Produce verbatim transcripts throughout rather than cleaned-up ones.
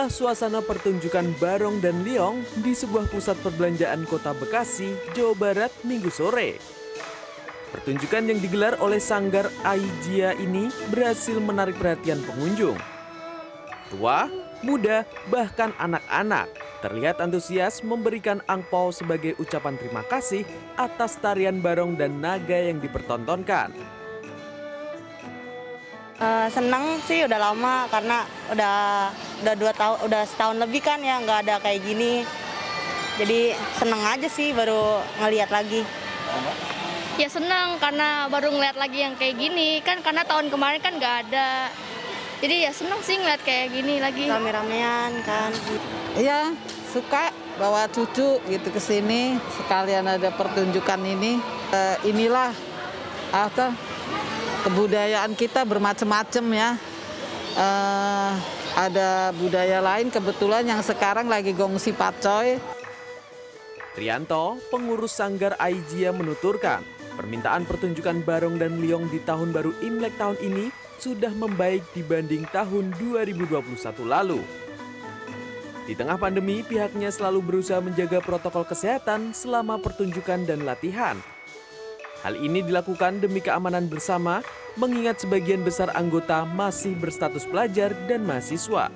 Inilah suasana pertunjukan Barong dan Liong di sebuah pusat perbelanjaan kota Bekasi, Jawa Barat, Minggu sore. Pertunjukan yang digelar oleh Sanggar Aijia ini berhasil menarik perhatian pengunjung. Tua, muda, bahkan anak-anak terlihat antusias memberikan angpau sebagai ucapan terima kasih atas tarian barong dan naga yang dipertontonkan. Uh, senang sih udah lama karena udah udah dua tahun udah setahun lebih kan ya nggak ada kayak gini. Jadi seneng aja sih baru ngelihat lagi. Ya senang karena baru ngeliat lagi yang kayak gini kan karena tahun kemarin kan nggak ada. Jadi ya senang sih ngeliat kayak gini lagi. Rame-ramean kan. Iya, suka bawa cucu gitu ke sini sekalian ada pertunjukan ini. Uh, inilah apa kebudayaan kita bermacam-macam ya. Uh, ada budaya lain kebetulan yang sekarang lagi gongsi pacoy. Trianto, pengurus Sanggar Aijia menuturkan, permintaan pertunjukan Barong dan Liong di tahun baru Imlek tahun ini sudah membaik dibanding tahun dua ribu dua puluh satu lalu. Di tengah pandemi, pihaknya selalu berusaha menjaga protokol kesehatan selama pertunjukan dan latihan. Hal ini dilakukan demi keamanan bersama, mengingat sebagian besar anggota masih berstatus pelajar dan mahasiswa.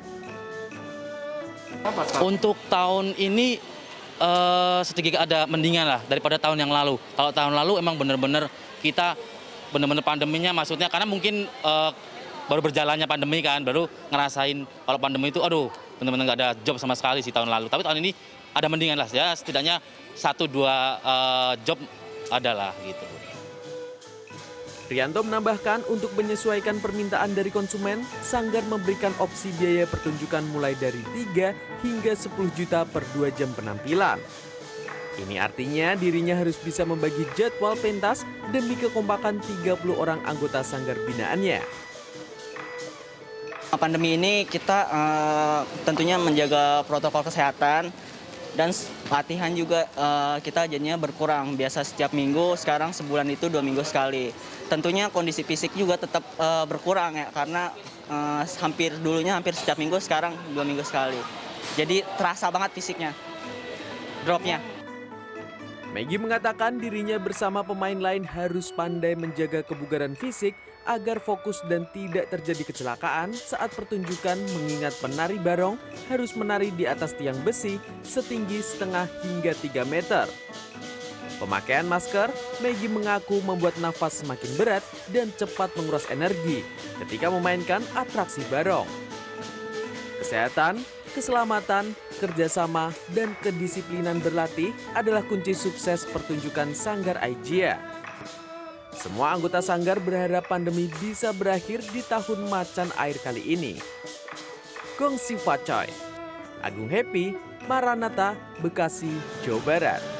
Untuk tahun ini uh, sedikit ada mendingan lah daripada tahun yang lalu. Kalau tahun lalu emang benar-benar kita benar-benar pandeminya maksudnya karena mungkin uh, baru berjalannya pandemi kan, baru ngerasain kalau pandemi itu aduh benar-benar nggak ada job sama sekali sih tahun lalu. Tapi tahun ini ada mendingan lah ya, setidaknya satu dua uh, job adalah gitu. Trianto menambahkan untuk menyesuaikan permintaan dari konsumen, Sanggar memberikan opsi biaya pertunjukan mulai dari tiga hingga sepuluh juta per dua jam penampilan. Ini artinya dirinya harus bisa membagi jadwal pentas demi kekompakan tiga puluh orang anggota Sanggar binaannya. Pandemi ini kita uh, tentunya menjaga protokol kesehatan dan latihan juga uh, kita jadinya berkurang. Biasa setiap minggu, sekarang sebulan itu dua minggu sekali. Tentunya kondisi fisik juga tetap uh, berkurang ya karena uh, hampir dulunya hampir setiap minggu, sekarang dua minggu sekali. Jadi terasa banget fisiknya, dropnya. Maggie mengatakan dirinya bersama pemain lain harus pandai menjaga kebugaran fisik agar fokus dan tidak terjadi kecelakaan saat pertunjukan mengingat penari barong harus menari di atas tiang besi setinggi setengah hingga tiga meter. Pemakaian masker, Maggie mengaku membuat nafas semakin berat dan cepat menguras energi ketika memainkan atraksi barong. Kesehatan, keselamatan, kerjasama, dan kedisiplinan berlatih adalah kunci sukses pertunjukan Sanggar Aijia. Semua anggota Sanggar berharap pandemi bisa berakhir di tahun macan air kali ini. Gongsi Facoy, Agung Happy, Maranatha, Bekasi, Jawa Barat.